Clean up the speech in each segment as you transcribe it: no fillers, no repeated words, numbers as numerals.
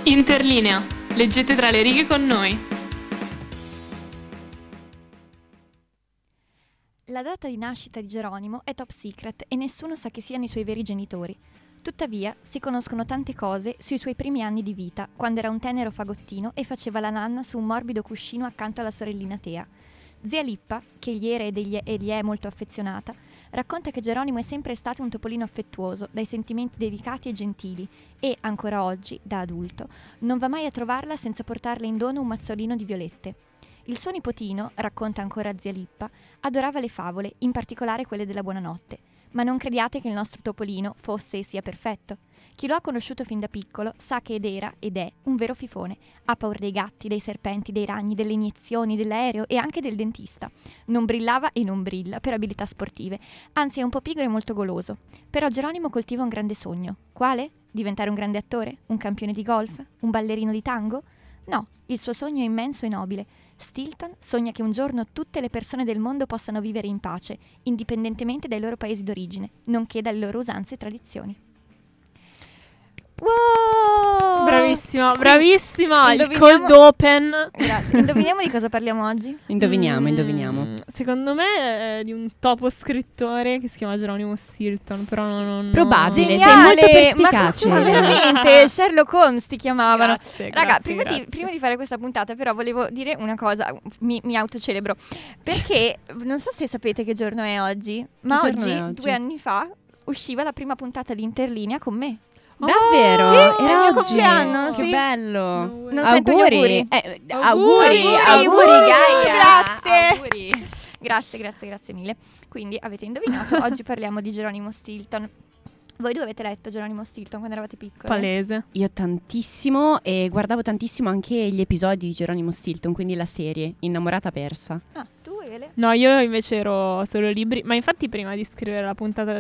Interlinea. Leggete tra le righe con noi. La data di nascita di Geronimo è top secret e nessuno sa chi siano i suoi veri genitori. Tuttavia, si conoscono tante cose sui suoi primi anni di vita, quando era un tenero fagottino e faceva la nanna su un morbido cuscino accanto alla sorellina Tea. Zia Lippa, che gli era e gli è molto affezionata, racconta che Geronimo è sempre stato un topolino affettuoso, dai sentimenti delicati e gentili e, ancora oggi, da adulto, non va mai a trovarla senza portarle in dono un mazzolino di violette. Il suo nipotino, racconta ancora zia Lippa, adorava le favole, in particolare quelle della buonanotte. Ma non crediate che il nostro topolino fosse e sia perfetto. Chi lo ha conosciuto fin da piccolo sa che era ed è un vero fifone. Ha paura dei gatti, dei serpenti, dei ragni, delle iniezioni, dell'aereo e anche del dentista. Non brillava e non brilla per abilità sportive, anzi è un po' pigro e molto goloso. Però Geronimo coltiva un grande sogno. Quale? Diventare un grande attore? Un campione di golf? Un ballerino di tango? No, il suo sogno è immenso e nobile. Stilton sogna che un giorno tutte le persone del mondo possano vivere in pace, indipendentemente dai loro paesi d'origine, nonché dalle loro usanze e tradizioni. Wow! Bravissima, il cold open. Grazie. Indoviniamo di cosa parliamo oggi? Indoviniamo. Secondo me è di un topo scrittore che si chiama Geronimo Stilton, però non Probabile, Geniale! sei molto perspicace. Ma veramente, Sherlock Holmes ti chiamavano. Grazie, Raga, grazie. prima di fare questa puntata però volevo dire una cosa, mi autocelebro, perché non so se sapete che giorno è oggi, ma giorno oggi, è oggi? 2 anni fa, usciva la prima puntata di Interlinea con me. Davvero? Sì, Era è il mio oggi? compleanno, Che sì. bello. Non sento gli auguri. Auguri, Auguri, Gaia. grazie. Auguri. Grazie mille. Quindi avete indovinato, oggi parliamo di Geronimo Stilton. Voi dove avete letto Geronimo Stilton quando eravate piccoli? Palese. Io tantissimo e guardavo tantissimo anche gli episodi di Geronimo Stilton, quindi la serie Innamorata persa. Ah, tu Ele? No, io invece ero solo libri, ma infatti prima di scrivere la puntata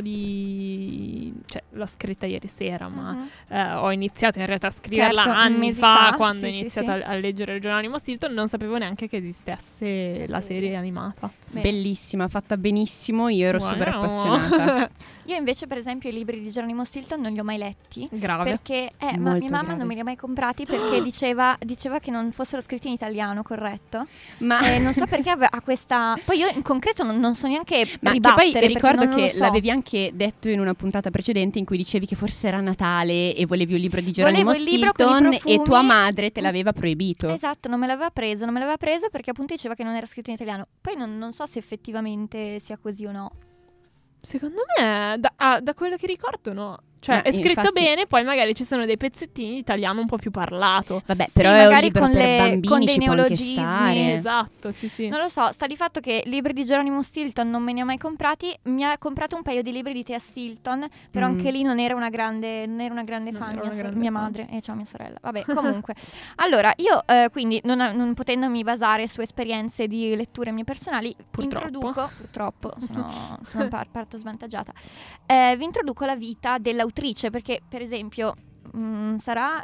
cioè l'ho scritta ieri sera, ma ho iniziato in realtà a scriverla Certo, anni mesi fa, fa, quando sì, ho sì, iniziato sì. a leggere Geronimo Stilton, non sapevo neanche che esistesse la serie animata. Bene. Bellissima, fatta benissimo, io ero super Wow. appassionata. Io invece per esempio i libri di Geronimo Stilton non li ho mai letti. Grave. Perché ma Molto mia mamma grave. non me li ha mai comprati perché diceva che non fossero scritti in italiano, corretto? Ma Non so perché ha questa. Poi io in concreto non so neanche Ma che ribattere, poi perché ricordo non lo che so. l'avevi anche detto in una puntata precedente in cui dicevi che forse era Natale e volevi un libro di Geronimo Volevo il libro con i Stilton e profumi. tua madre te l'aveva proibito. Esatto, non me l'aveva preso perché appunto diceva che non era scritto in italiano. Poi non so se effettivamente sia così o no. Secondo me, da quello che ricordo, no. Cioè, è scritto infatti- bene, poi magari ci sono dei pezzettini di italiano un po' più parlato. Vabbè, Sì, però è un magari libro con per con bambini, dei ci può anche neologismi. stare. Esatto, sì. Non lo so, sta di fatto che libri di Geronimo Stilton non me ne ha mai comprati. Mi ha comprato un paio di libri di Thea Stilton, però anche lì non era una grande fan, era una grande mia fan. madre e ciao mia sorella. Vabbè, comunque. Allora, io quindi non potendomi basare su esperienze di letture mie personali, purtroppo sono parto svantaggiata. Vi introduco la vita dell'autrice perché per esempio sarà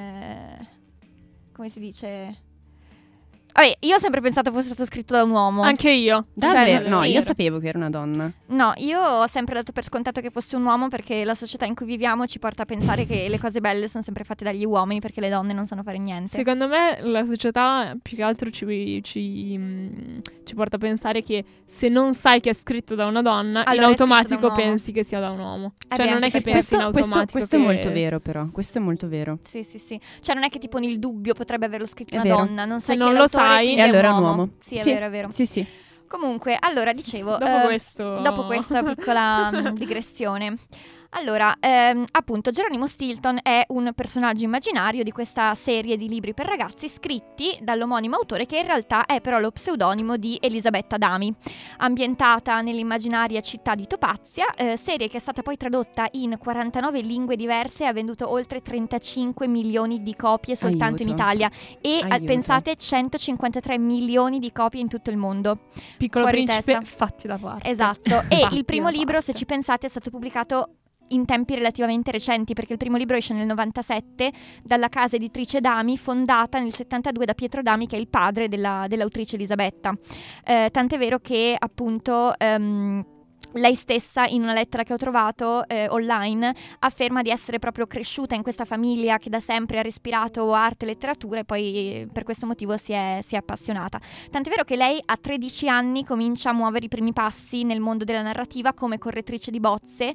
come si dice. Vabbè, io ho sempre pensato fosse stato scritto da un uomo. Anche io. Davvero? Cioè, No, sì. io sapevo che era una donna. No, io ho sempre dato per scontato che fosse un uomo perché la società in cui viviamo ci porta a pensare che le cose belle sono sempre fatte dagli uomini perché le donne non sanno fare niente. Secondo me la società più che altro ci porta a pensare che se non sai che è scritto da una donna, Allora in è scritto da automatico un uomo. pensi che sia da un uomo. Eh Cioè beh, non è anche che perché pensi in automatico Questo è che- molto vero, però. Questo è molto vero. Sì. Cioè non è che ti poni il dubbio, potrebbe averlo scritto È una vero. donna, non Se sai non chi è lo l'autore, sai, quindi E allora è un uomo. Sì, è vero. Sì. Comunque, allora dicevo, Dopo questa piccola digressione. Allora, appunto, Geronimo Stilton è un personaggio immaginario di questa serie di libri per ragazzi scritti dall'omonimo autore che in realtà è però lo pseudonimo di Elisabetta Adami, ambientata nell'immaginaria città di Topazia, serie che è stata poi tradotta in 49 lingue diverse e ha venduto oltre 35 milioni di copie soltanto in Aiuto. Italia e Aiuto. pensate 153 milioni di copie in tutto il mondo. Piccolo fuori principe, testa. fatti da parte. Esatto, e Fatti il primo da libro, parte. se ci pensate, è stato pubblicato in tempi relativamente recenti perché il primo libro esce nel 97 dalla casa editrice Dami, fondata nel 72 da Pietro Dami, che è il padre dell'autrice Elisabetta. Tant'è vero che appunto lei stessa, in una lettera che ho trovato online, afferma di essere proprio cresciuta in questa famiglia che da sempre ha respirato arte e letteratura, e poi per questo motivo si è appassionata. Tant'è vero che lei a 13 anni comincia a muovere i primi passi nel mondo della narrativa come correttrice di bozze,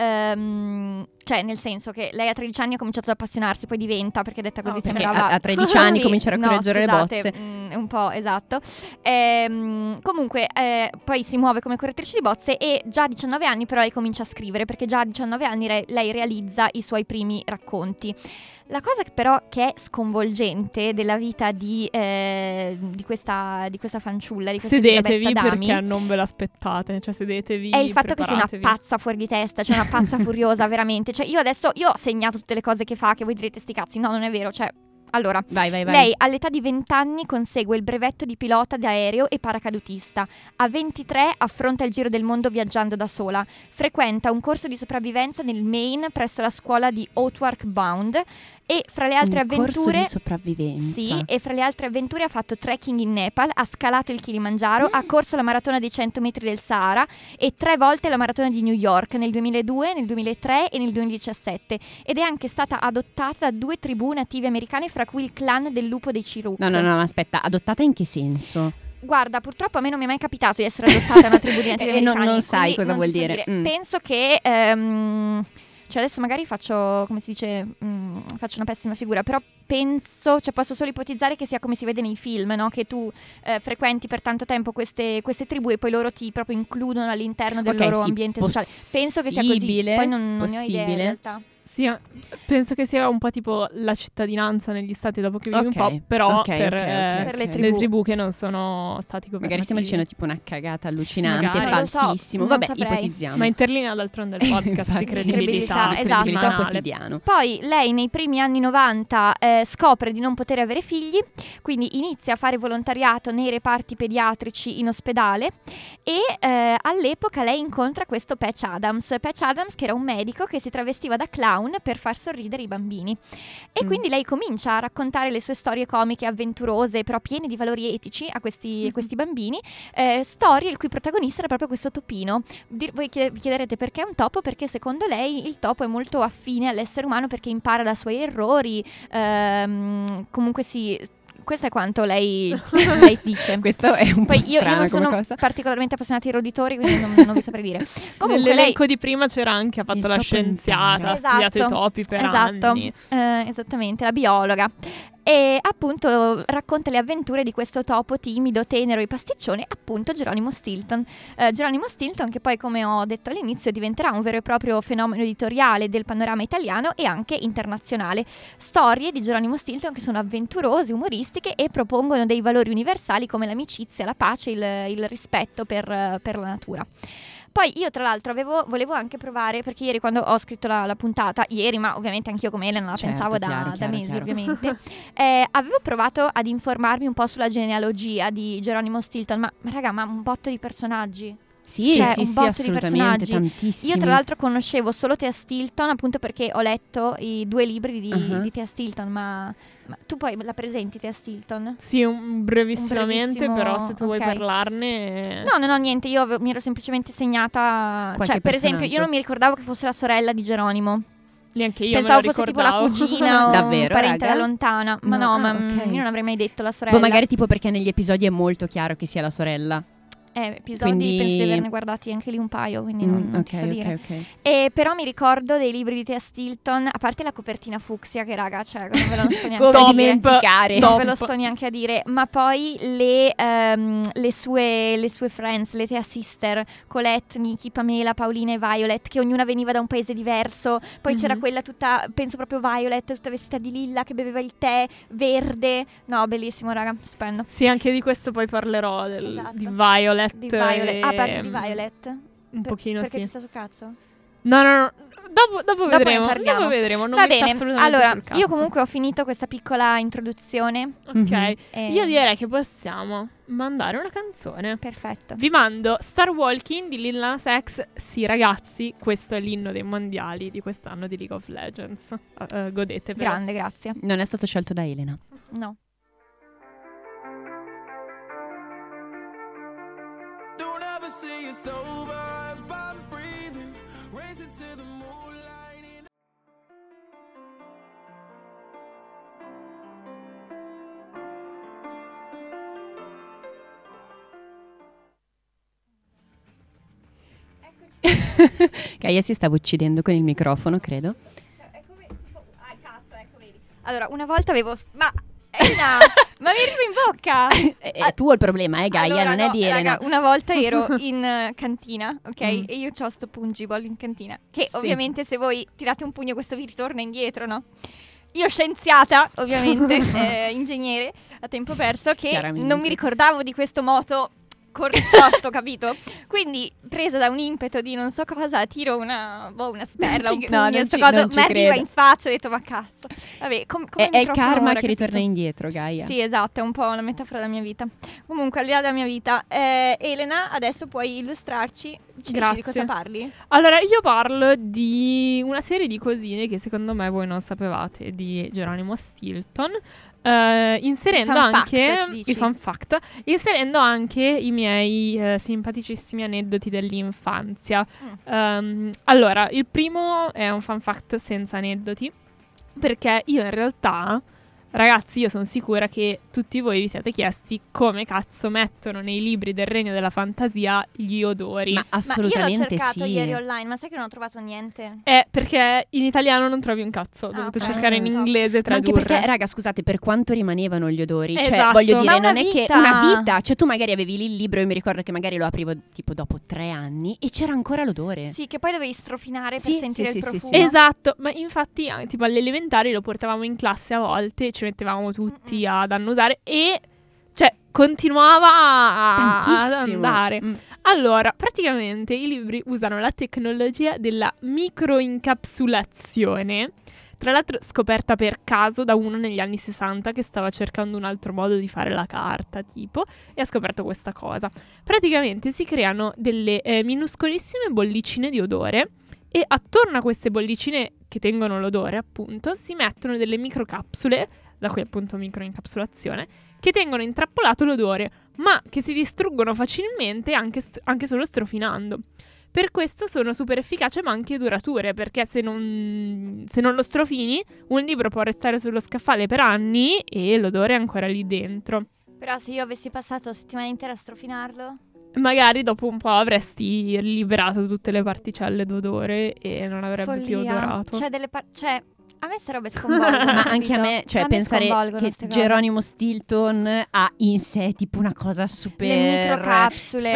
cioè nel senso che lei a 13 anni ha cominciato ad appassionarsi, poi diventa, perché detta così sembrava... A 13 anni sì, cominciare a correggere le bozze. Un po', esatto. Comunque poi si muove come correttrice di bozze, e già a 19 anni però lei comincia a scrivere, perché già a 19 anni lei realizza i suoi primi racconti. La cosa però che è sconvolgente della vita di questa fanciulla, di questa sedetevi Elisabetta Dami, perché non ve l'aspettate, cioè sedetevi, è il fatto che sia una preparatevi. pazza fuori di testa, cioè una pazza furiosa veramente. Cioè io ho segnato tutte le cose che fa, che voi direte sti cazzi, no, non è vero, cioè... Allora, Vai. lei all'età di 20 anni consegue il brevetto di pilota d'aereo e paracadutista. A 23 affronta il giro del mondo viaggiando da sola. Frequenta un corso di sopravvivenza nel Maine presso la scuola di Outward Bound, e fra le altre avventure... corso di sopravvivenza. Sì, e fra le altre avventure ha fatto trekking in Nepal, ha scalato il Kilimangiaro, ha corso la maratona dei 100 metri del Sahara e 3 volte la maratona di New York nel 2002, nel 2003 e nel 2017, ed è anche stata adottata da 2 tribù native americane, fra cui il clan del lupo dei Chiruk. No, aspetta, adottata in che senso? Guarda, purtroppo a me non mi è mai capitato di essere adottata da una tribù di nativi americani. Non sai cosa vuol ti so dire. Penso che... cioè adesso magari faccio, come si dice, faccio una pessima figura, però penso, cioè posso solo ipotizzare che sia come si vede nei film, no? Che tu frequenti per tanto tempo queste tribù e poi loro ti proprio includono all'interno del loro ambiente sociale. Penso che sia così, poi non ne ho idea in realtà. Sì, penso che sia un po' tipo la cittadinanza negli stati dopo che vivi un po', però per le tribù che non sono stati governativi. Magari stiamo dicendo tipo una cagata allucinante, Magari. falsissimo. Non Vabbè, saprei. ipotizziamo. Ma interlinea d'altronde del podcast di credibilità, esatto. credibilità quotidiano. Poi lei nei primi anni 90 scopre di non poter avere figli, quindi inizia a fare volontariato nei reparti pediatrici in ospedale, e all'epoca lei incontra questo Patch Adams, che era un medico che si travestiva da clown per far sorridere i bambini, e quindi lei comincia a raccontare le sue storie comiche avventurose, però piene di valori etici a questi bambini, storie il cui protagonista era proprio questo topino. Voi vi chiederete perché è un topo? Perché secondo lei il topo è molto affine all'essere umano, perché impara dai suoi errori, comunque questo è quanto lei dice. Questo è un po' Poi io strano non sono come cosa. particolarmente appassionata ai roditori, quindi non vi saprei dire. Comunque nell'elenco di prima c'era anche, ha fatto Il la topo scienziata, ha Esatto. studiato i topi per anni. Esattamente, la biologa. E appunto racconta le avventure di questo topo timido, tenero e pasticcione, appunto Geronimo Stilton. Geronimo Stilton, che poi, come ho detto all'inizio, diventerà un vero e proprio fenomeno editoriale del panorama italiano e anche internazionale. Storie di Geronimo Stilton che sono avventurose, umoristiche e propongono dei valori universali come l'amicizia, la pace, il rispetto per la natura. Poi io tra l'altro volevo anche provare, perché ieri quando ho scritto la puntata, ma ovviamente anch'io come Elena la pensavo da mesi ovviamente, avevo provato ad informarmi un po' sulla genealogia di Geronimo Stilton, ma raga, ma un botto di personaggi. Sì, un sì, botto assolutamente, di personaggi. tantissimi. Io tra l'altro conoscevo solo Thea Stilton, appunto perché ho letto i 2 libri di Thea Stilton, ma tu poi la presenti Thea Stilton? Sì, brevissimamente, però se tu vuoi ok. parlarne... No, niente, io mi ero semplicemente segnata, Qualche cioè per esempio io non mi ricordavo che fosse la sorella di Geronimo. Neanche io Pensavo me lo fosse tipo la ricordavo. cugina o Davvero, un parente raga? da lontana. Ma no, ok. io non avrei mai detto la sorella. magari tipo perché negli episodi è molto chiaro che sia la sorella. Episodi Quindi... penso di averne guardati anche lì un paio, quindi non ti so dire. Ok. E però mi ricordo dei libri di Thea Stilton, a parte la copertina fucsia, che raga, cioè non ve lo sto neanche Come a dire. dimenticare? Non ve lo sto neanche a dire. Ma poi le sue friends, le Thea Sister, Colette, Nikki, Pamela, Paolina e Violet, che ognuna veniva da un paese diverso. Poi c'era quella tutta, penso proprio Violet, tutta vestita di lilla, che beveva il tè verde. No, bellissimo, raga, stupendo. Sì, anche di questo poi parlerò, Esatto. di Violet. Parli di Violet? Un pochino perché sì. ti sta sul cazzo? No. Dopo vedremo. ne parliamo. Dopo vedremo. Non Va mi sta bene, assolutamente allora sul cazzo. io comunque ho finito questa piccola introduzione. Ok, E- io direi che possiamo mandare una canzone. Perfetto. Vi mando Star Walking di Lil Nas X. Sì ragazzi, questo è l'inno dei mondiali di quest'anno di League of Legends. Godetevelo. Grande, grazie. Non è stato scelto da Elena. No. Don't ever say it's over. Gaia si stava uccidendo con il microfono, credo. È come tipo, cazzo, ecco, vedi. Allora, una volta avevo ma Elena, ma mi arriva in bocca. È tuo il problema, Gaia, allora, non è di Elena. Raga, una volta ero in cantina, ok? E io c'ho sto pungible in cantina, che ovviamente se voi tirate un pugno questo vi ritorna indietro, no? Io scienziata, ovviamente, ingegnere a tempo perso, che non mi ricordavo di questo moto corrisposto, capito? Quindi presa da un impeto di non so cosa, tiro una sperla, un pugno, mi arriva in faccia e ho detto ma cazzo. Vabbè, è il karma che ritorna indietro, Gaia. Sì, esatto, è un po' una metafora della mia vita. Comunque, al di là della mia vita, Elena, adesso puoi illustrarci. Grazie. Di cosa parli? Allora, io parlo di una serie di cosine che secondo me voi non sapevate di Geronimo Stilton. Inserendo anche il fun fact, inserendo anche i miei simpaticissimi aneddoti dell'infanzia. Allora, il primo è un fun fact senza aneddoti, perché io in realtà, ragazzi, io sono sicura che tutti voi vi siete chiesti come cazzo mettono nei libri del Regno della Fantasia gli odori. Ma assolutamente sì. Ma io l'ho cercato ieri online, ma sai che non ho trovato niente? Perché in italiano non trovi un cazzo, ho dovuto cercare in inglese, tradurre. Ma anche perché, raga, scusate, per quanto rimanevano gli odori, esatto. Cioè, voglio dire, ma non è che una vita, cioè tu magari avevi lì il libro, io mi ricordo che magari lo aprivo tipo dopo 3 anni e c'era ancora l'odore. Sì, che poi dovevi strofinare per sentire il profumo. Sì. Esatto, ma infatti tipo alle elementari lo portavamo in classe a volte, ci mettevamo tutti ad annusare e cioè continuava ad andare. Allora, praticamente i libri usano la tecnologia della microincapsulazione, tra l'altro scoperta per caso da uno negli anni 60 che stava cercando un altro modo di fare la carta, tipo, e ha scoperto questa cosa. Praticamente si creano delle minuscolissime bollicine di odore e attorno a queste bollicine che tengono l'odore, appunto, si mettono delle microcapsule, da cui appunto microincapsulazione, che tengono intrappolato l'odore, ma che si distruggono facilmente anche solo strofinando. Per questo sono super efficaci ma anche durature, perché se non lo strofini, un libro può restare sullo scaffale per anni e l'odore è ancora lì dentro. Però se io avessi passato settimana intera a strofinarlo, magari dopo un po' avresti liberato tutte le particelle d'odore e non avrebbe più odorato. Cioè, a me queste robe sconvolgono. Ma anche a me, cioè pensare che Geronimo Stilton ha in sé tipo una cosa super... Le microcapsule.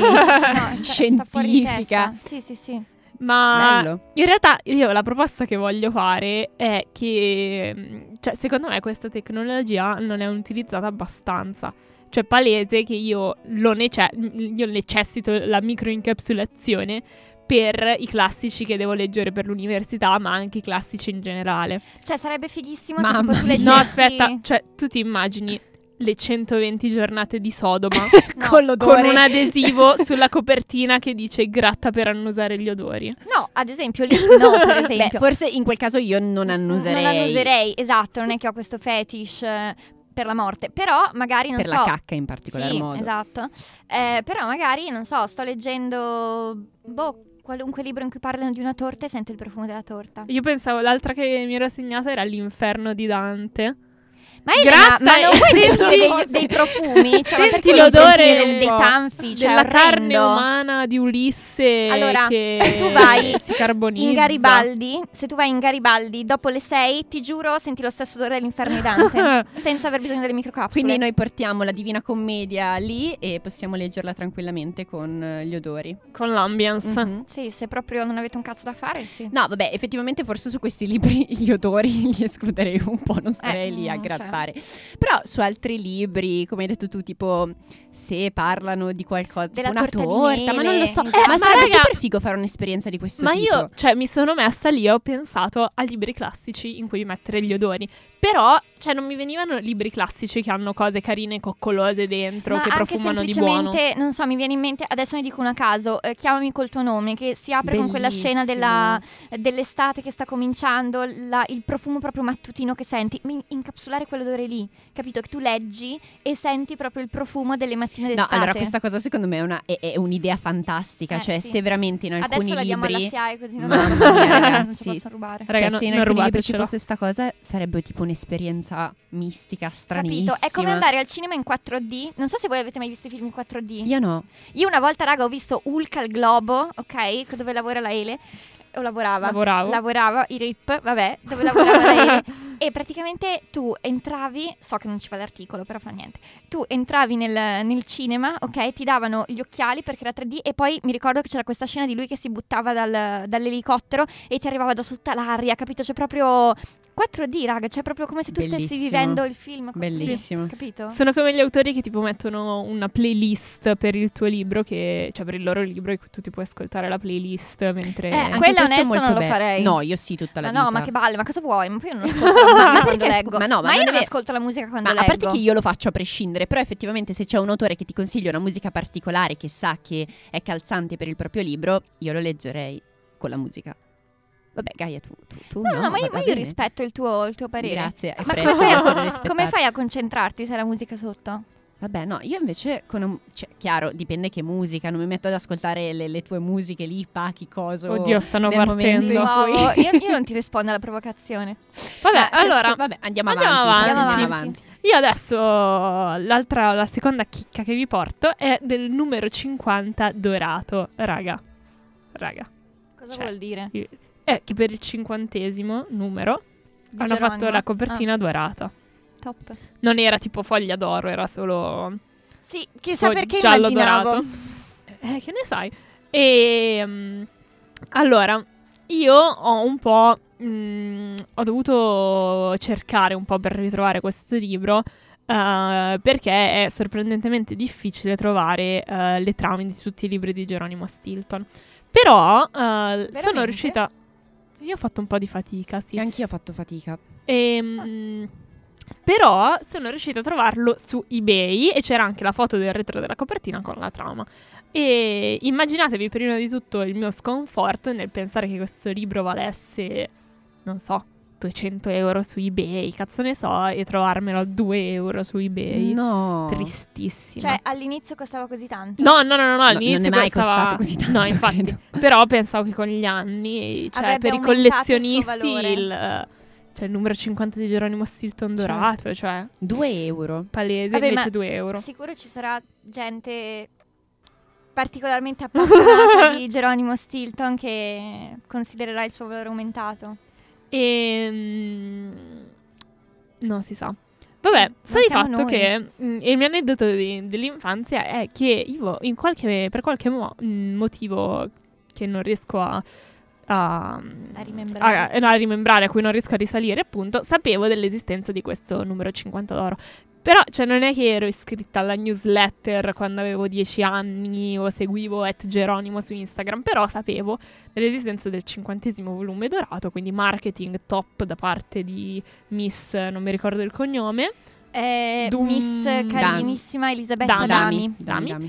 Scientifica. Sì. Ma bello. In realtà io la proposta che voglio fare è che, cioè, secondo me questa tecnologia non è utilizzata abbastanza. Cioè palese che io necessito la microincapsulazione per i classici che devo leggere per l'università, ma anche i classici in generale. Cioè sarebbe fighissimo se tipo tu leggessi... No, aspetta, cioè tu ti immagini le 120 giornate di Sodoma con l'odore, con un adesivo sulla copertina che dice gratta per annusare gli odori? No, ad esempio lì no, per esempio. Beh, forse in quel caso io non annuserei. Non annuserei, esatto, non è che ho questo fetish per la morte, però magari non per la cacca in particolar modo. Esatto. Però magari non so, sto leggendo qualunque libro in cui parlano di una torta e sento il profumo della torta. Io pensavo, l'altra che mi ero segnata era l'Inferno di Dante. Ma Elena, ma non vuoi sentire dei profumi? Cioè, senti l'odore dei tanfi, cioè della orrendo. Carne umana di Ulisse. Allora, che se tu vai si carbonizza. se tu vai in Garibaldi dopo le 6, ti giuro, senti lo stesso odore dell'Inferno di Dante, senza aver bisogno delle microcapsule. Quindi noi portiamo la Divina Commedia lì e possiamo leggerla tranquillamente con gli odori. Con l'ambience. Mm-hmm. Sì, se proprio non avete un cazzo da fare, sì. No, vabbè, effettivamente forse su questi libri gli odori li escluderei un po', non starei lì a grattare. Però su altri libri, come hai detto tu, tipo se parlano di qualcosa, della tipo una torta, ma non lo so. esatto. Ma sarebbe super figo fare un'esperienza di questo tipo. Ma io, cioè, mi sono messa lì e ho pensato a libri classici in cui mettere gli odori. Però, cioè, non mi venivano libri classici che hanno cose carine e coccolose dentro, che profumano di buono. Ma anche semplicemente, non so, mi viene in mente, adesso ne dico una a caso, Chiamami col tuo nome, che si apre con quella scena dell'estate che sta cominciando, il profumo proprio mattutino che senti. Incapsulare quello quell'odore lì, capito? Che tu leggi e senti proprio il profumo delle mattine d'estate. No, allora questa cosa secondo me è un'idea fantastica, cioè sì. se veramente in alcuni Adesso la diamo alla libri SIAE così non Mamma non mia, ci ragazzi. possono rubare. Raga, cioè, se in non alcuni libri ci rubatecelo. fosse sta cosa sarebbe tipo un'esperienza mistica, stranissima. Capito? È come andare al cinema in 4D. Non so se voi avete mai visto i film in 4D. Io no. Io una volta, raga, ho visto Hulk al Globo, ok? Dove lavora la Ele. O lavorava, i RIP, vabbè, dove lavorava la Ele. E praticamente tu entravi, so che non ci va l'articolo, però fa niente. Tu entravi nel cinema, ok? Ti davano gli occhiali perché era 3D e poi mi ricordo che c'era questa scena di lui che si buttava dall'elicottero e ti arrivava da sotto l'aria, capito? C'è proprio 4D, raga, cioè proprio come se tu stessi Bellissimo. vivendo il film. Bellissimo. Sì, capito? Sono come gli autori che tipo mettono una playlist per il tuo libro, cioè per il loro libro, e tu ti puoi ascoltare la playlist mentre... Anche quella questo è onesto molto non lo bello. farei. No, io sì, tutta la Ma vita. no, ma che balle, ma cosa vuoi? Ma poi io non ascolto la musica quando perché leggo. ma no, ma io non non è- ascolto la musica quando Ma leggo. a parte che io lo faccio a prescindere, però effettivamente se c'è un autore che ti consiglia una musica particolare che sa che è calzante per il proprio libro, io lo leggerei con la musica. Vabbè, Gaia, tu No, ma va io bene. rispetto il tuo parere. Grazie, Ma apprezzo come di essere fai, rispettata. come fai a concentrarti se hai la musica sotto? Vabbè, no, io invece cioè, chiaro, dipende che musica, non mi metto ad ascoltare le tue musiche lì, Pachi, coso. Oddio, stanno nel momento partendo. in Nuovo. cui- Io non ti rispondo alla provocazione. Vabbè, Ma se allora... vabbè, andiamo andiamo avanti. avanti. Andiamo avanti. Io adesso la seconda chicca che vi porto è del numero 50 dorato, raga. Cosa Cioè, vuol dire? È che per il 50° numero Di hanno Geronimo? fatto la copertina dorata. Top. Non era tipo foglia d'oro, era solo Sì, chissà perché giallo immaginavo. dorato. Che ne sai? E allora, io ho un po' ho dovuto cercare un po' per ritrovare questo libro, perché è sorprendentemente difficile trovare le trame di tutti i libri di Geronimo Stilton. Però sono riuscita... Io ho fatto un po' di fatica, sì. E anch'io ho fatto fatica. Però sono riuscita a trovarlo su eBay e c'era anche la foto del retro della copertina con la trama. E immaginatevi prima di tutto il mio sconforto nel pensare che questo libro valesse, non so, 200 euro su eBay, cazzo ne so, e trovarmelo a 2 euro su eBay. No. Tristissima. Cioè, all'inizio costava così tanto? No, all'inizio non è mai costava... costato così tanto, No, infatti. credo. Però pensavo che con gli anni, cioè Avrebbe per i aumentato il suo collezionisti valore. cioè il numero 50 di Geronimo Stilton dorato, cioè 2 euro. palese, Vabbè, invece ma 2 euro. Sicuro ci sarà gente particolarmente appassionata di Geronimo Stilton che considererà il suo valore aumentato. Non si sa. Vabbè, Non sta di siamo fatto noi. che il mio aneddoto dell'infanzia è che io per qualche motivo che non riesco a rimembrare. a rimembrare, a cui non riesco a risalire, appunto, sapevo dell'esistenza di questo numero 50 d'oro. Però, cioè, non è che ero iscritta alla newsletter quando avevo 10 anni o seguivo @Geronimo su Instagram, però sapevo dell'esistenza del 50° volume dorato, quindi marketing top da parte di Miss, non mi ricordo il cognome. Miss carinissima Elisabetta Dami. Dami.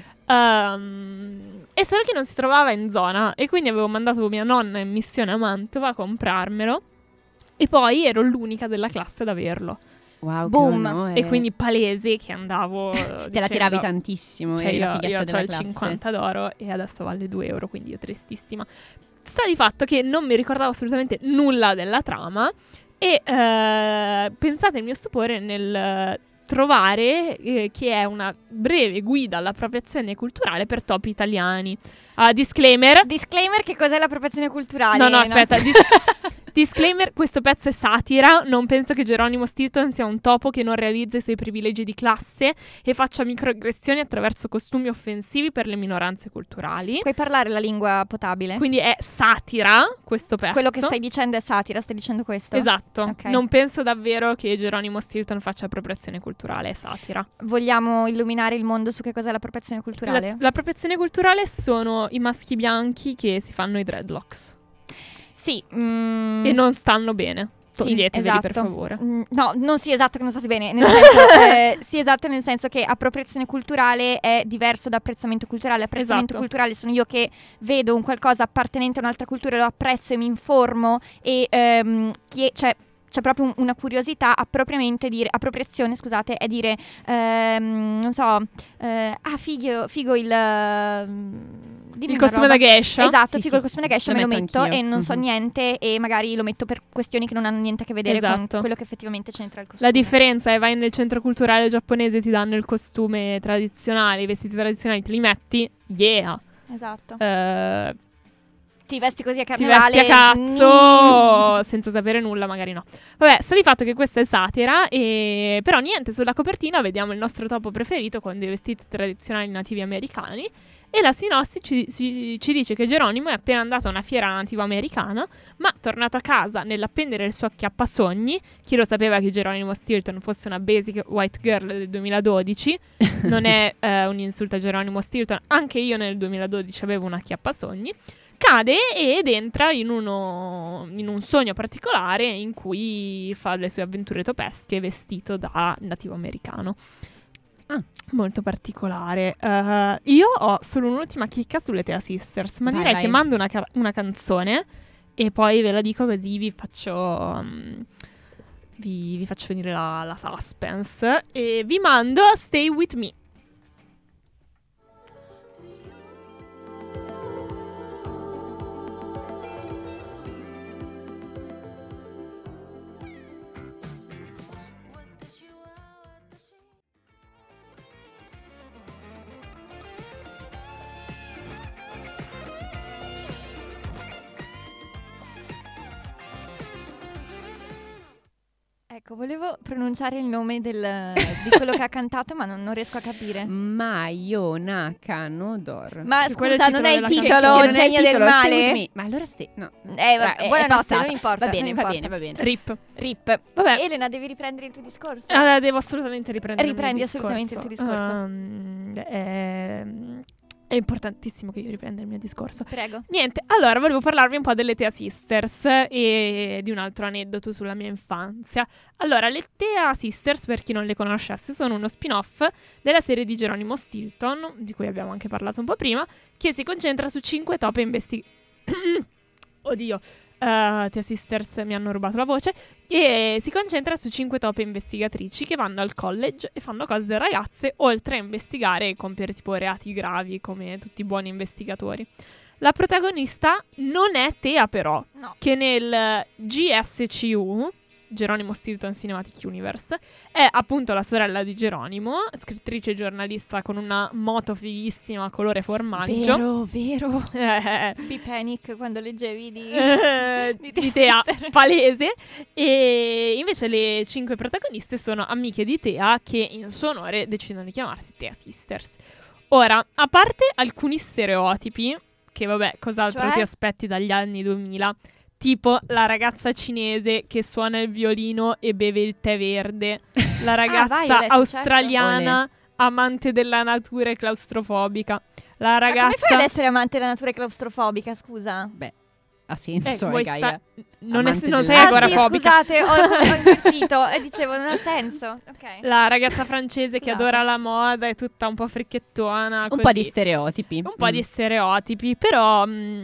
E solo che non si trovava in zona e quindi avevo mandato mia nonna in missione a Mantova a comprarmelo e poi ero l'unica della classe ad averlo. Wow, Boom. che onore. E quindi palese che andavo te la tiravi tantissimo, cioè eri la io fighetta ho della il classe. 50 d'oro e adesso vale 2 euro, quindi io tristissima. Sta di fatto che non mi ricordavo assolutamente nulla della trama e pensate il mio stupore nel trovare che è una breve guida all'appropriazione culturale per topi italiani. Disclaimer. Disclaimer, che cos'è l'appropriazione culturale? No, aspetta. Disclaimer, questo pezzo è satira. Non penso che Geronimo Stilton sia un topo che non realizza i suoi privilegi di classe e faccia microaggressioni attraverso costumi offensivi per le minoranze culturali. Puoi parlare la lingua potabile? Quindi è satira questo pezzo. Quello che stai dicendo è satira, stai dicendo questo? Esatto. Ok. Non penso davvero che Geronimo Stilton faccia appropriazione culturale, è satira. Vogliamo illuminare il mondo su che cos'è l'appropriazione culturale? L'appropriazione culturale sono i maschi bianchi che si fanno i dreadlocks Sì. e non stanno bene. Toglieteveli, esatto. per favore. No, non sì esatto che non state bene, nel senso, sì esatto nel senso che appropriazione culturale è diverso da apprezzamento culturale. Apprezzamento Esatto. culturale sono io che vedo un qualcosa appartenente a un'altra cultura, lo apprezzo e mi informo e cioè c'è proprio una curiosità, appropriazione, scusate, è dire, non so, figo il costume da geisha. Esatto, Sì, figo sì, il costume da geisha, lo me lo metto metto anch'io. e non so niente e magari lo metto per questioni che non hanno niente a che vedere Esatto. con quello che effettivamente c'entra il costume. La differenza è vai nel centro culturale giapponese, ti danno il costume tradizionale, i vestiti tradizionali, te li metti, yeah. Esatto. Ti Ti vesti così a vesti carnevale. a cazzo senza sapere nulla, magari no. Vabbè, sta di fatto che questa è satira, però niente, sulla copertina vediamo il nostro topo preferito con dei vestiti tradizionali nativi americani. E la sinossi ci dice che Geronimo è appena andato a una fiera nativa americana, ma tornato a casa nell'appendere il suo acchiappasogni. Chi lo sapeva che Geronimo Stilton fosse una basic white girl del 2012? Non è un insulto a Geronimo Stilton, anche io nel 2012 avevo un acchiappasogni. Cade ed entra in un sogno particolare in cui fa le sue avventure topesche vestito da nativo americano. Molto particolare. Io ho solo un'ultima chicca sulle Tea Sisters, ma direi che mando una canzone e poi ve la dico così vi faccio venire la suspense e vi mando Stay With Me. Ecco, volevo pronunciare il nome di quello che ha cantato, ma non riesco a capire. Mayo Nakanodor. Ma Che quello è il scusa, non è il titolo titolo della non è il Genio del titolo, Stay With Male? Me. Ma allora no. Vabbè, buonanotte, passata. non importa. Va bene, non va importa. bene, va bene. Rip. Rip. Vabbè. Elena, devi riprendere il tuo discorso. Devo assolutamente riprendere Riprendi il mio assolutamente il tuo discorso. È importantissimo che io riprenda il mio discorso. Prego. Niente, allora volevo parlarvi un po' delle Tea Sisters e di un altro aneddoto sulla mia infanzia. Allora, le Tea Sisters, per chi non le conoscesse, sono uno spin-off della serie di Geronimo Stilton, di cui abbiamo anche parlato un po' prima, che si concentra su 5 tope Oddio. Tea Sisters mi hanno rubato la voce. E si concentra su 5 tope investigatrici che vanno al college e fanno cose da ragazze, oltre a investigare e compiere tipo reati gravi come tutti i buoni investigatori. La protagonista non è Tea, però, No. che nel GSCU, Geronimo Stilton Cinematic Universe, è appunto la sorella di Geronimo, scrittrice e giornalista con una moto fighissima colore formaggio. Vero. P-Panic quando leggevi di Di Tea palese. E invece le 5 protagoniste sono amiche di Tea che in suo onore decidono di chiamarsi Tea Sisters. Ora, a parte alcuni stereotipi, che vabbè, cos'altro Cioè? ti aspetti dagli anni 2000? Tipo la ragazza cinese che suona il violino e beve il tè verde, la ragazza Violet, australiana amante della natura e claustrofobica, la Ma ragazza... come fai ad essere amante della natura claustrofobica, scusa? Beh, ha senso, vuoi Gaia. non Amante sei della- agorafobica. sì, scusate, ho invertito e dicevo, non ha senso. Ok. La ragazza francese che Scusate. adora la moda, è tutta un po' fricchettona. Un così. po' di stereotipi. Un po' di stereotipi, però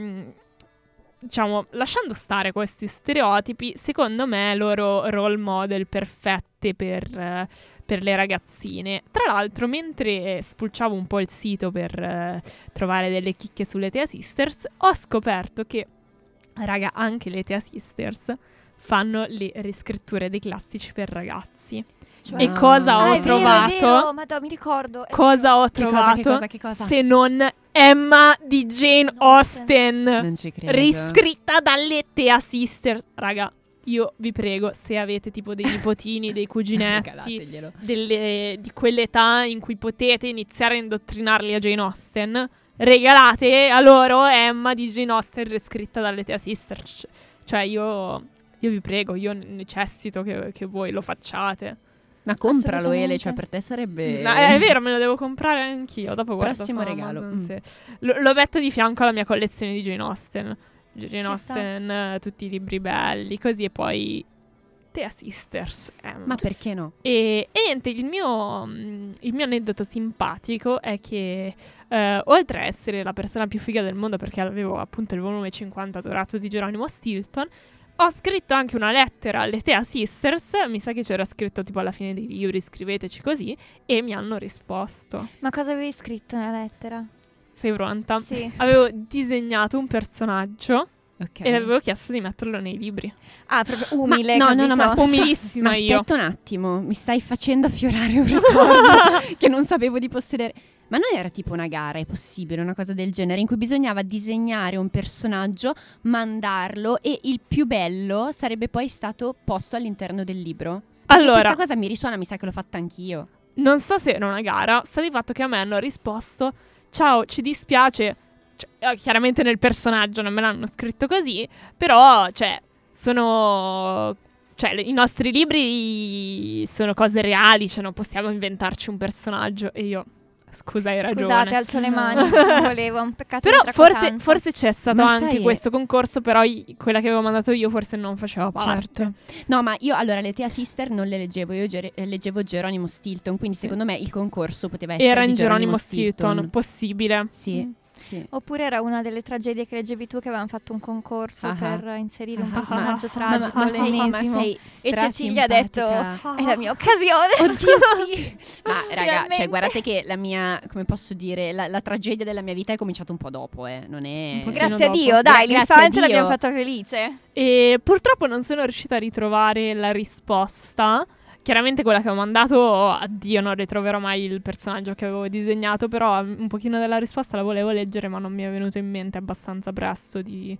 diciamo, lasciando stare questi stereotipi, secondo me loro role model perfette per le ragazzine. Tra l'altro, mentre spulciavo un po' il sito per trovare delle chicche sulle Tea Sisters, ho scoperto che, raga, anche le Tea Sisters fanno le riscritture dei classici per ragazzi. Cioè- E cosa ho è trovato? vero, Madonna, mi ricordo. è Cosa ho Che cosa, trovato? che cosa? Se non Emma di Jane Austen, Non ci credo. riscritta dalle Tea Sisters. Raga, io vi prego, se avete tipo dei nipotini, dei cuginetti, Regalateglielo. di quell'età in cui potete iniziare a indottrinarli a Jane Austen, regalate a loro Emma di Jane Austen riscritta dalle Tea Sisters. Cioè io vi prego, io necessito che voi lo facciate. Ma compralo, Assolutamente. Ele, cioè per te sarebbe... No, è vero, me lo devo comprare anch'io. Dopo guardo Prossimo su regalo. Amazon, sì. Lo metto di fianco alla mia collezione di Jane Austen. Jane Ci Austen, tutti i libri belli, così, e poi Tea Sisters. Ma perché no? E niente, il mio aneddoto simpatico è che oltre a essere la persona più figa del mondo, perché avevo appunto il volume 50 dorato di Geronimo Stilton, ho scritto anche una lettera alle Tea Sisters, mi sa che c'era scritto tipo alla fine dei libri, scriveteci così, e mi hanno risposto. Ma cosa avevi scritto nella lettera? Sei pronta? Sì. Avevo disegnato un personaggio Ok. e avevo chiesto di metterlo nei libri. Ah, proprio umile, no, capito? ma aspetta, Umilissima ma io. aspetta un attimo, mi stai facendo affiorare un ricordo che non sapevo di possedere. Ma non era tipo una gara, è possibile, una cosa del genere, in cui bisognava disegnare un personaggio, mandarlo e il più bello sarebbe poi stato posto all'interno del libro? Perché Allora, questa cosa mi risuona, mi sa che l'ho fatta anch'io. non so se era una gara, sta di fatto che a me hanno risposto: ciao, ci dispiace. Cioè, chiaramente nel personaggio non me l'hanno scritto così, però, cioè, sono... Cioè, i nostri libri sono cose reali, cioè non possiamo inventarci un personaggio. E io, scusa, hai ragione. Scusate, alzo le mani, non volevo, un peccato Però di forse, tracotanza. forse c'è stato Ma anche sai- questo concorso, però quella che avevo mandato io forse non faceva parte. No, ma io allora le Tea Sister non le leggevo, io leggevo Geronimo Stilton, quindi secondo me il concorso poteva essere Era di in Geronimo Stilton, possibile. Sì, sì. Oppure era una delle tragedie che leggevi tu, che avevano fatto un concorso Ah. per inserire un Ah. personaggio Ma- tragico, ma sei l'ennesimo. E Cecilia ha detto: è la mia occasione. Oddio sì. Ma raga, Finalmente. cioè guardate che la mia, come posso dire, la tragedia della mia vita è cominciata un po' dopo, non è... Un pochino Grazie a dopo. Dio, dai, Grazie a l'infanzia Dio. l'abbiamo fatta felice. E purtroppo non sono riuscita a ritrovare la risposta. Chiaramente quella che ho mandato, addio, non ritroverò mai il personaggio che avevo disegnato, però un pochino della risposta la volevo leggere, ma non mi è venuto in mente abbastanza presto di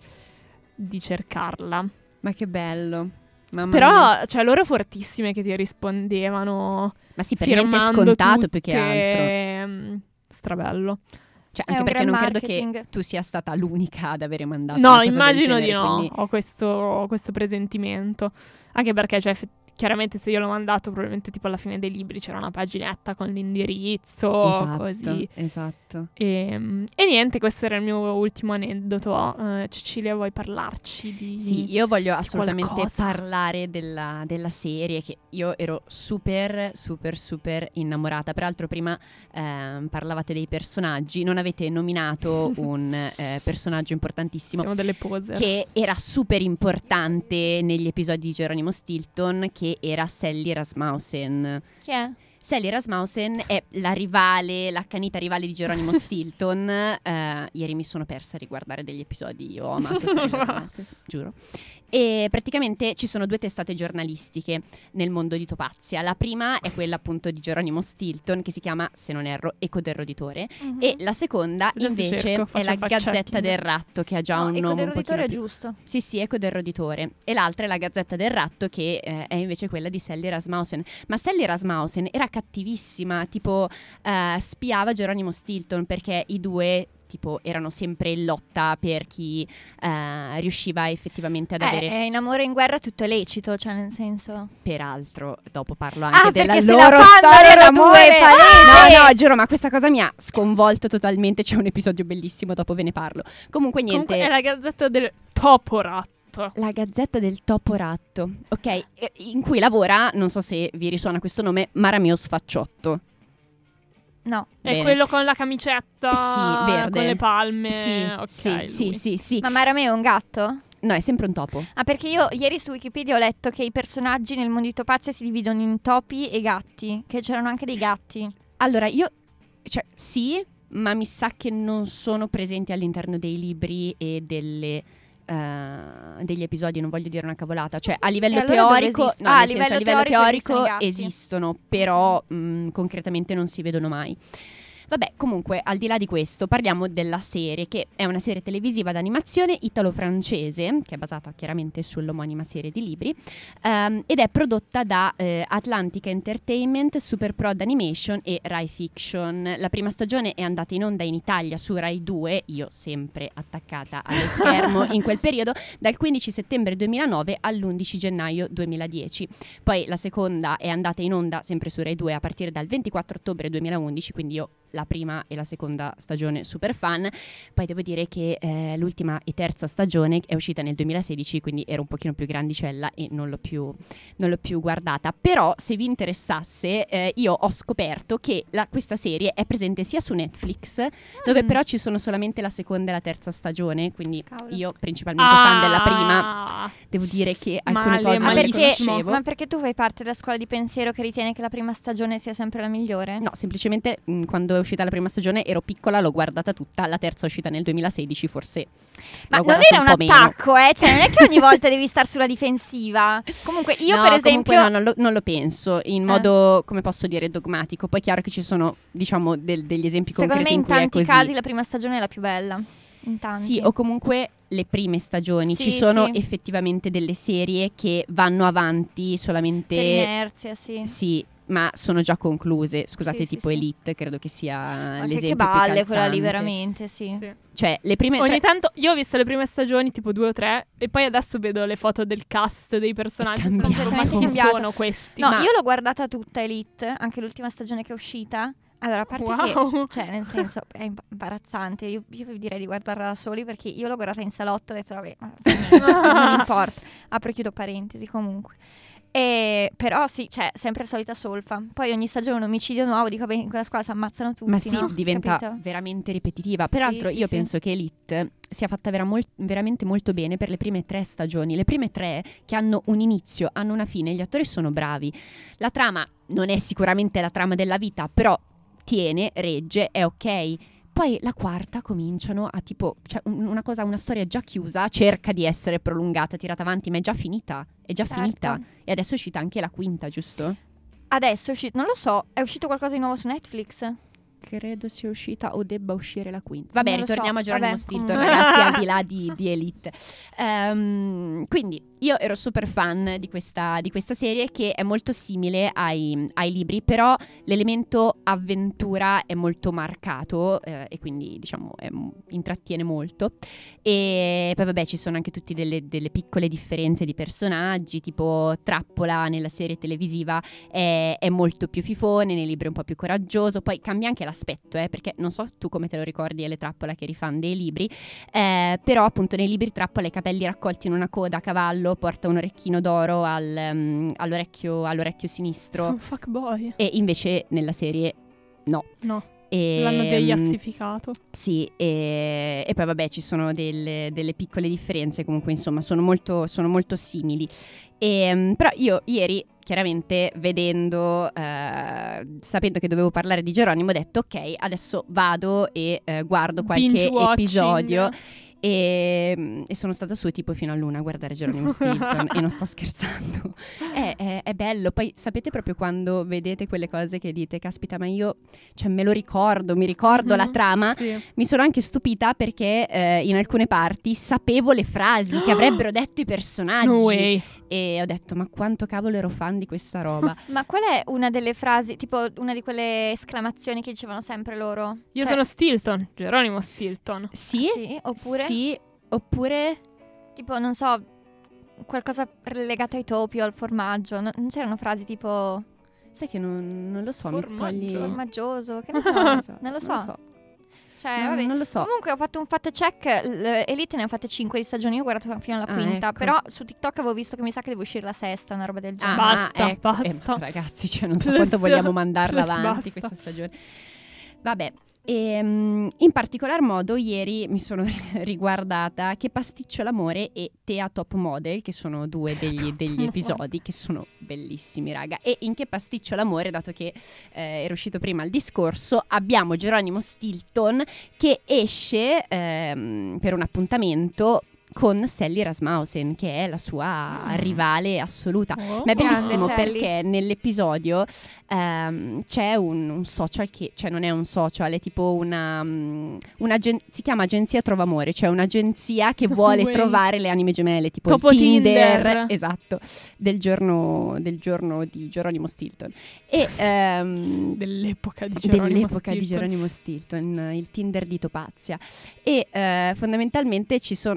cercarla. Ma che bello. Mamma mia. Però, cioè, loro fortissime che ti rispondevano Ma sì, per me è firmando scontato più tutte, che altro. Strabello. Cioè, È anche un perché non gran credo che marketing. tu sia stata l'unica ad avere mandato No, una cosa del immagino di genere, no. quindi- Ho questo presentimento. Anche perché, cioè, chiaramente se io l'ho mandato, probabilmente tipo alla fine dei libri c'era una paginetta con l'indirizzo, Esatto, così. esatto. E niente, questo era il mio ultimo aneddoto. Cecilia, vuoi parlarci di... Sì, io voglio assolutamente qualcosa? parlare della serie, che io ero super innamorata. Peraltro prima parlavate dei personaggi, non avete nominato un personaggio importantissimo Siamo delle poser. che era super importante negli episodi di Geronimo Stilton, che era Sally Rasmussen. Chi è? Sally Rasmussen è la rivale, l'accanita rivale di Geronimo Stilton. Ieri mi sono persa a riguardare degli episodi, ho amato Sally Rasmussen, giuro. E praticamente ci sono due testate giornalistiche nel mondo di Topazia. La prima è quella appunto di Geronimo Stilton, che si chiama, se non erro, Eco del Roditore. E la seconda Adesso invece cerco, è faccio la fact-checking. Gazzetta del Ratto, che ha già un Eco nome del un Roditore pochino è più... giusto. Sì, Eco del Roditore. E l'altra è la Gazzetta del Ratto, che è invece quella di Sally Rasmussen. Ma Sally Rasmussen era cattivissima, tipo spiava Geronimo Stilton, perché i due tipo erano sempre in lotta per chi riusciva effettivamente ad avere... In amore e in guerra tutto è lecito, cioè nel senso... Peraltro, dopo parlo anche della perché se loro la fanno storia loro d'amore. due, palese! No, giuro, ma questa cosa mi ha sconvolto totalmente. C'è un episodio bellissimo, dopo ve ne parlo. Comunque niente... Comunque è la Gazzetta del Toporatto. La Gazzetta del Toporatto, ok, in cui lavora, non so se vi risuona questo nome, Marameo Sfacciotto. No. È Bene. quello con la camicetta, Sì, verde. con le palme. Sì, Ok, sì, lui. sì. Ma Marameo è un gatto? No, è sempre un topo. Ah, perché io ieri su Wikipedia ho letto che i personaggi nel mondo di Topazia si dividono in topi e gatti, che c'erano anche dei gatti. Allora, cioè, sì, ma mi sa che non sono presenti all'interno dei libri e degli episodi, non voglio dire una cavolata, cioè a livello allora dove teorico, esistono? no, Ah, nel senso, a livello teorico esistono i gatti. esistono, però concretamente non si vedono mai. Vabbè, comunque, al di là di questo, parliamo della serie, che è una serie televisiva d'animazione italo-francese, che è basata chiaramente sull'omonima serie di libri, ed è prodotta da Atlantic Entertainment, Super Prod Animation e Rai Fiction. La prima stagione è andata in onda in Italia su Rai 2, io sempre attaccata allo schermo in quel periodo, dal 15 settembre 2009 all'11 gennaio 2010. Poi la seconda è andata in onda sempre su Rai 2 a partire dal 24 ottobre 2011, quindi io la prima e la seconda stagione super fan. Poi devo dire che l'ultima e terza stagione è uscita nel 2016, quindi ero un pochino più grandicella e non l'ho più guardata. Però se vi interessasse, io ho scoperto che questa serie è presente sia su Netflix, dove però ci sono solamente la seconda e la terza stagione, quindi io principalmente fan della prima, devo dire che alcune cose non le conoscevo. Ma perché tu fai parte della scuola di pensiero che ritiene che la prima stagione sia sempre la migliore? No, semplicemente quando è uscita la prima stagione ero piccola, l'ho guardata tutta, la terza è uscita nel 2016, forse. Ma non era un attacco, cioè non è che ogni volta devi stare sulla difensiva. Comunque io per esempio non lo penso in modo, come posso dire, dogmatico. Poi è chiaro che ci sono, diciamo, degli esempi concreti in cui è così. Secondo me in tanti casi la prima stagione è la più bella. In tanti. Sì, o comunque le prime stagioni. Ci sono effettivamente delle serie che vanno avanti solamente per inerzia, sì, ma sono già concluse. Scusate, tipo Elite, credo che sia l'esempio più calzante. Quella lì veramente, sì. Cioè, le prime ogni tanto io ho visto le prime stagioni, tipo 2 o 3, e poi adesso vedo le foto del cast dei personaggi. Ma chi sono questi? No, io l'ho guardata tutta Elite, anche l'ultima stagione che è uscita. Allora, a parte che, cioè, nel senso, è imbarazzante. Io vi direi di guardarla da soli, perché io l'ho guardata in salotto e ho detto, vabbè, non importa. Apro e chiudo parentesi, comunque. Però sì, cioè, sempre la solita solfa. Poi ogni stagione un omicidio nuovo, dico, beh, in quella scuola si ammazzano tutti, ma sì, no? diventa Capito? veramente ripetitiva. Peraltro io penso che Elite sia fatta veramente molto bene per le prime 3 stagioni. Le prime 3 che hanno un inizio, hanno una fine, gli attori sono bravi. La trama non è sicuramente la trama della vita, però tiene, regge, è ok. Poi la quarta cominciano a tipo, cioè una storia già chiusa cerca di essere prolungata, tirata avanti, ma è già finita, finita. E adesso è uscita anche la quinta, giusto? Adesso è uscita, non lo so, è uscito qualcosa di nuovo su Netflix? Credo sia uscita o debba uscire la quinta. Vabbè, non ritorniamo a Geronimo Stilton, comunque. ragazzi, al di là di Elite. Quindi io ero super fan di questa serie, che è molto simile ai libri, però l'elemento avventura è molto marcato, e quindi diciamo intrattiene molto. E poi vabbè, ci sono anche tutte delle piccole differenze di personaggi, tipo Trappola nella serie televisiva è molto più fifone, nei libri è un po' più coraggioso. Poi cambia anche l'aspetto, perché non so tu come te lo ricordi, le Trappola, che eri fan dei libri, però appunto nei libri Trappola ha i capelli raccolti in una coda a cavallo, porta un orecchino d'oro all'orecchio sinistro. Un fuckboy. E invece nella serie no. L'hanno dejassificato. Sì, e poi vabbè, ci sono delle piccole differenze, comunque insomma sono molto simili. Però io ieri, chiaramente, vedendo, sapendo che dovevo parlare di Geronimo, ho detto ok, adesso vado e guardo qualche episodio. E sono stata su tipo fino a l'1 a guardare Geronimo Stilton e non sto scherzando. È bello. Poi sapete proprio quando vedete quelle cose che dite, caspita, ma io, cioè, mi ricordo la trama. Sì. Mi sono anche stupita perché in alcune parti sapevo le frasi che avrebbero detto i personaggi. No way. E ho detto, ma quanto cavolo ero fan di questa roba. Ma qual è una delle frasi, tipo una di quelle esclamazioni che dicevano sempre loro? Io sono Stilton, Geronimo Stilton. Sì? Oppure? Sì, oppure... Tipo, non so, qualcosa legato ai topi o al formaggio. Non c'erano frasi tipo... Sai che non lo so, formaggioso, che ne so, non lo so. Cioè, vabbè. Non lo so. Comunque ho fatto un fact check, Elite ne ha fatte 5 di stagioni, io ho guardato fino alla quinta, ecco. però su TikTok avevo visto che mi sa che deve uscire la sesta, una roba del genere. Basta. Ragazzi, cioè, non so quanto vogliamo mandarla avanti basta. questa stagione. Vabbè. In particolar modo ieri mi sono riguardata Che pasticcio l'amore e Tea Top Model, che sono due degli episodi che sono bellissimi, raga. E in Che pasticcio l'amore, dato che era uscito prima il discorso, abbiamo Geronimo Stilton che esce per un appuntamento con Sally Rasmussen, che è la sua rivale assoluta. Ma è bellissimo perché nell'episodio c'è un social che, cioè non è un social, è tipo si chiama Agenzia Trova Amore, cioè un'agenzia che vuole trovare le anime gemelle, tipo Topo il Tinder. Tinder. Esatto, del giorno di Geronimo Stilton. E dell'epoca di Geronimo Stilton, il Tinder di Topazia. E fondamentalmente ci sono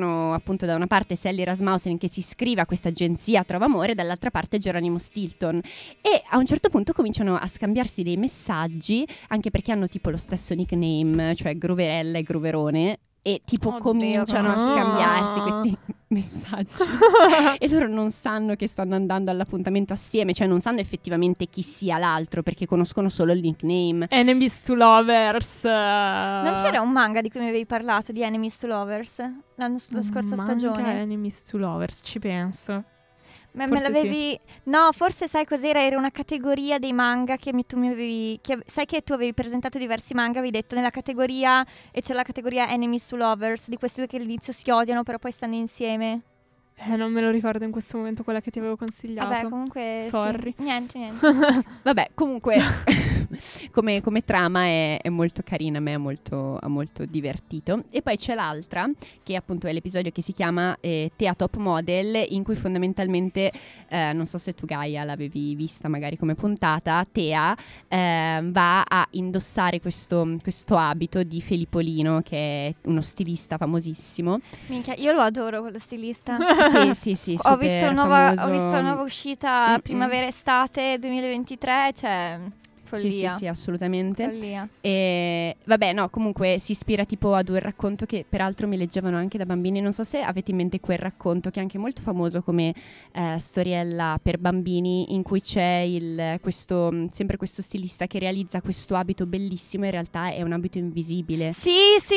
appunto da una parte Sally Rasmussen che si iscrive a questa agenzia Trova Amore, dall'altra parte Geronimo Stilton, e a un certo punto cominciano a scambiarsi dei messaggi, anche perché hanno tipo lo stesso nickname, cioè Groverella e Groverone, e tipo Oddio, cominciano a no. scambiarsi questi messaggi e loro non sanno che stanno andando all'appuntamento assieme, cioè non sanno effettivamente chi sia l'altro perché conoscono solo il nickname. Enemies to Lovers. Non c'era un manga di cui mi avevi parlato, di Enemies to Lovers, la scorsa stagione? Enemies to Lovers, ci penso. Me Forse l'avevi... No, forse sai cos'era? Era una categoria dei manga che tu mi avevi... sai che tu avevi presentato diversi manga, avevi detto nella categoria... E c'è la categoria Enemies to Lovers, di questi due che all'inizio si odiano però poi stanno insieme. Non me lo ricordo in questo momento quella che ti avevo consigliato. Vabbè, comunque... sì. Sorry. Niente. Vabbè, comunque come trama è molto carina, a me ha molto divertito. E poi c'è l'altra, che appunto è l'episodio che si chiama Thea Top Model, in cui fondamentalmente, non so se tu Gaia l'avevi vista magari come puntata, Thea va a indossare questo abito di Felippolino, che è uno stilista famosissimo. Minchia, io lo adoro quello stilista. Sì, Ho visto la famoso. nuova uscita primavera-estate 2023, cioè... Follia. Sì, assolutamente. Follia. E vabbè, no, comunque si ispira tipo ad un racconto che peraltro mi leggevano anche da bambini. Non so se avete in mente quel racconto che è anche molto famoso come storiella per bambini, in cui c'è sempre questo stilista che realizza questo abito bellissimo, in realtà è un abito invisibile. Sì.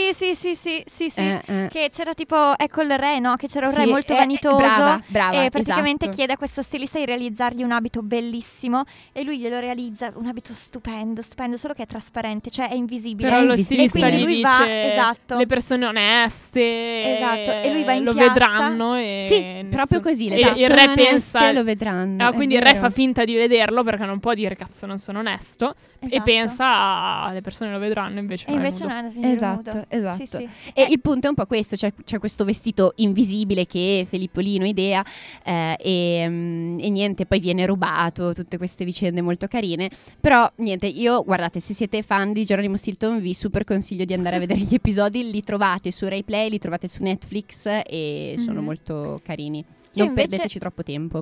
Che c'era tipo, ecco il re, no? Che c'era un re molto vanitoso. Brava, e praticamente esatto. chiede a questo stilista di realizzargli un abito bellissimo e lui glielo realizza, un abito stupendo, solo che è trasparente, cioè è invisibile. Però lo invisibile. stilista E quindi gli lui va, dice esatto. le persone oneste, Esatto, e lui va in lo piazza. vedranno e Sì, proprio così. Le e persone il re oneste pensa, lo vedranno. quindi è il re vero. fa finta di vederlo perché non può dire cazzo non sono onesto e Esatto. pensa le persone lo vedranno, invece E no, è invece nudo. non è un signore Esatto. nudo. Sì. E il punto è un po' questo, c'è questo vestito invisibile che Felippolino idea e niente, poi viene rubato, tutte queste vicende molto carine, però niente, guardate, se siete fan di Geronimo Stilton vi super consiglio di andare a vedere gli episodi, li trovate su Rai Play, li trovate su Netflix e sono molto carini, non invece- perdeteci troppo tempo.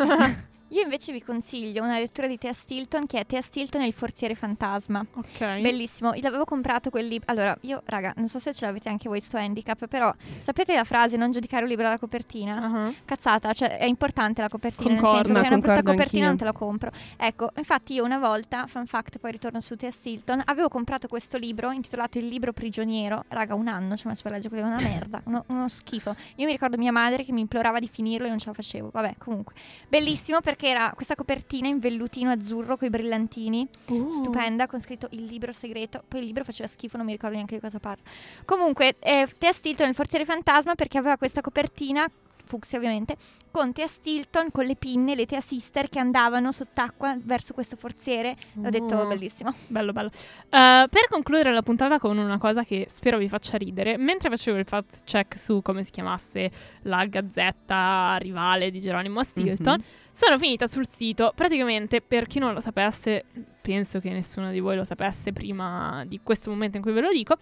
Io invece vi consiglio una lettura di Thea Stilton, che è Thea Stilton e il forziere fantasma. Ok. Bellissimo, io l'avevo comprato quel libro. Allora, io raga, non so se ce l'avete anche voi sto handicap, però sapete la frase non giudicare un libro dalla copertina? Uh-huh. Cazzata, cioè è importante la copertina, Concordo. nel senso se Ma è una brutta concordo copertina anch'io. non te la compro. Ecco, infatti io una volta, fun fact, poi ritorno su Thea Stilton, avevo comprato questo libro intitolato Il libro prigioniero. Raga, un anno ci ho messo per leggere, quello è una merda, uno schifo. Io mi ricordo mia madre che mi implorava di finirlo e non ce la facevo. Vabbè, comunque, bellissimo perché era questa copertina in vellutino azzurro con i brillantini, stupenda, con scritto il libro segreto. Poi il libro faceva schifo, non mi ricordo neanche di cosa parla. Comunque, Thea Stilton nel forziere fantasma, perché aveva questa copertina fucsia ovviamente, con Thea Stilton con le pinne, le Thea Sister che andavano sott'acqua verso questo forziere. E ho detto bellissimo. Bello. Per concludere la puntata con una cosa che spero vi faccia ridere, mentre facevo il fact check su come si chiamasse la gazzetta rivale di Geronimo Stilton, sono finita sul sito. Praticamente, per chi non lo sapesse, penso che nessuno di voi lo sapesse prima di questo momento in cui ve lo dico,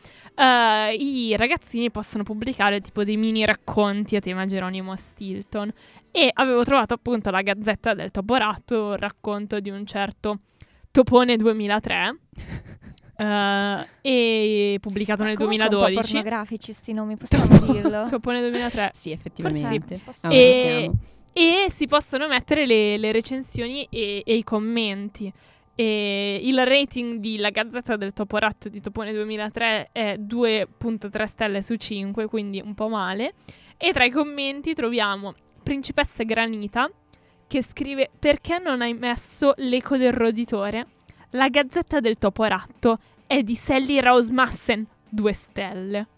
i ragazzini possono pubblicare tipo dei mini racconti a tema Geronimo Stilton, e avevo trovato appunto la Gazzetta del Toporatto, il racconto di un certo Topone 2003 e pubblicato nel Comunque un po' 2012. pornografici sti nomi, possiamo dirlo? Topone 2003. Sì, effettivamente. Forse E si possono mettere le recensioni e i commenti. E il rating di La Gazzetta del Toporatto di Topone 2003 è 2.3 stelle su 5, quindi un po' male. E tra i commenti troviamo Principessa Granita, che scrive: perché non hai messo l'eco del roditore? La Gazzetta del Toporatto è di Sally Rasmussen, 2 stelle.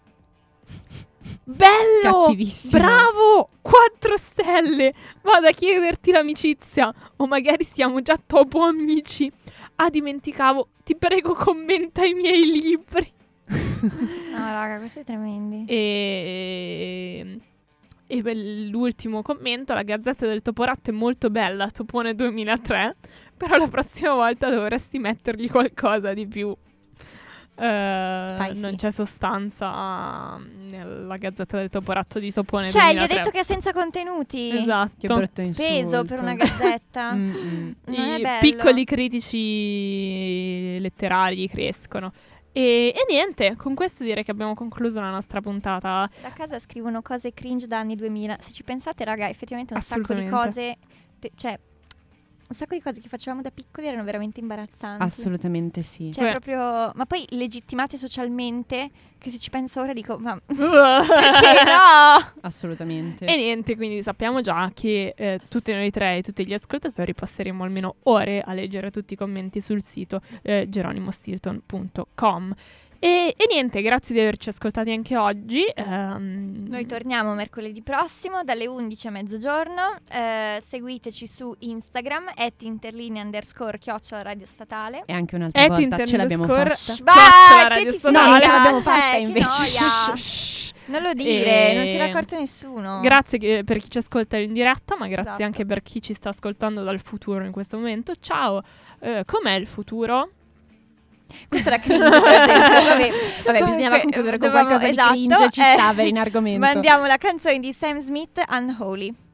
Bello! Cattivissimo. Bravo! 4 stelle! Vado a chiederti l'amicizia, o magari siamo già topo amici. Ah, dimenticavo, ti prego commenta i miei libri. No, raga, questi tremendi. E l'ultimo commento: la Gazzetta del Toporatto è molto bella, Topone 2003, però la prossima volta dovresti mettergli qualcosa di più Spicy. non c'è sostanza nella Gazzetta del Toporatto di Topone Cioè, gli 2003. ha detto che è senza contenuti. Esatto. Che brutto insulto. Peso per una gazzetta. Mm-mm. Non è I bello. piccoli critici letterari crescono. E niente, con questo direi che abbiamo concluso la nostra puntata. Da casa scrivono cose cringe da anni 2000. Se ci pensate, raga, effettivamente un sacco di Assolutamente. cose... cioè, un sacco di cose che facevamo da piccoli erano veramente imbarazzanti. Assolutamente sì. Cioè, Beh. proprio... Ma poi legittimate socialmente, che se ci penso ora dico, ma e perché no? Assolutamente. niente, quindi sappiamo già che tutti noi tre e tutti gli ascoltatori passeremo almeno ore a leggere tutti i commenti sul sito geronimostilton.com. E niente, grazie di averci ascoltati anche oggi. Noi torniamo mercoledì prossimo dalle 11 a mezzogiorno. Seguiteci su Instagram @interlinea_radio statale. E anche un'altra volta ce l'abbiamo fatta. Chiocciola che Radio ti Statale. No, non ce frega? l'abbiamo Cioè, fatta che invece. noia. Shh. Non lo dire, E- non si era accorto nessuno. Grazie per chi ci ascolta in diretta, ma grazie Esatto. anche per chi ci sta ascoltando dal futuro in questo momento. Ciao, com'è il futuro? Questo era cringe, per esempio. Vabbè, bisognava concludere con dovevamo- qualcosa di esatto, cringe, ci sta per in argomento. Mandiamo la canzone di Sam Smith, Unholy.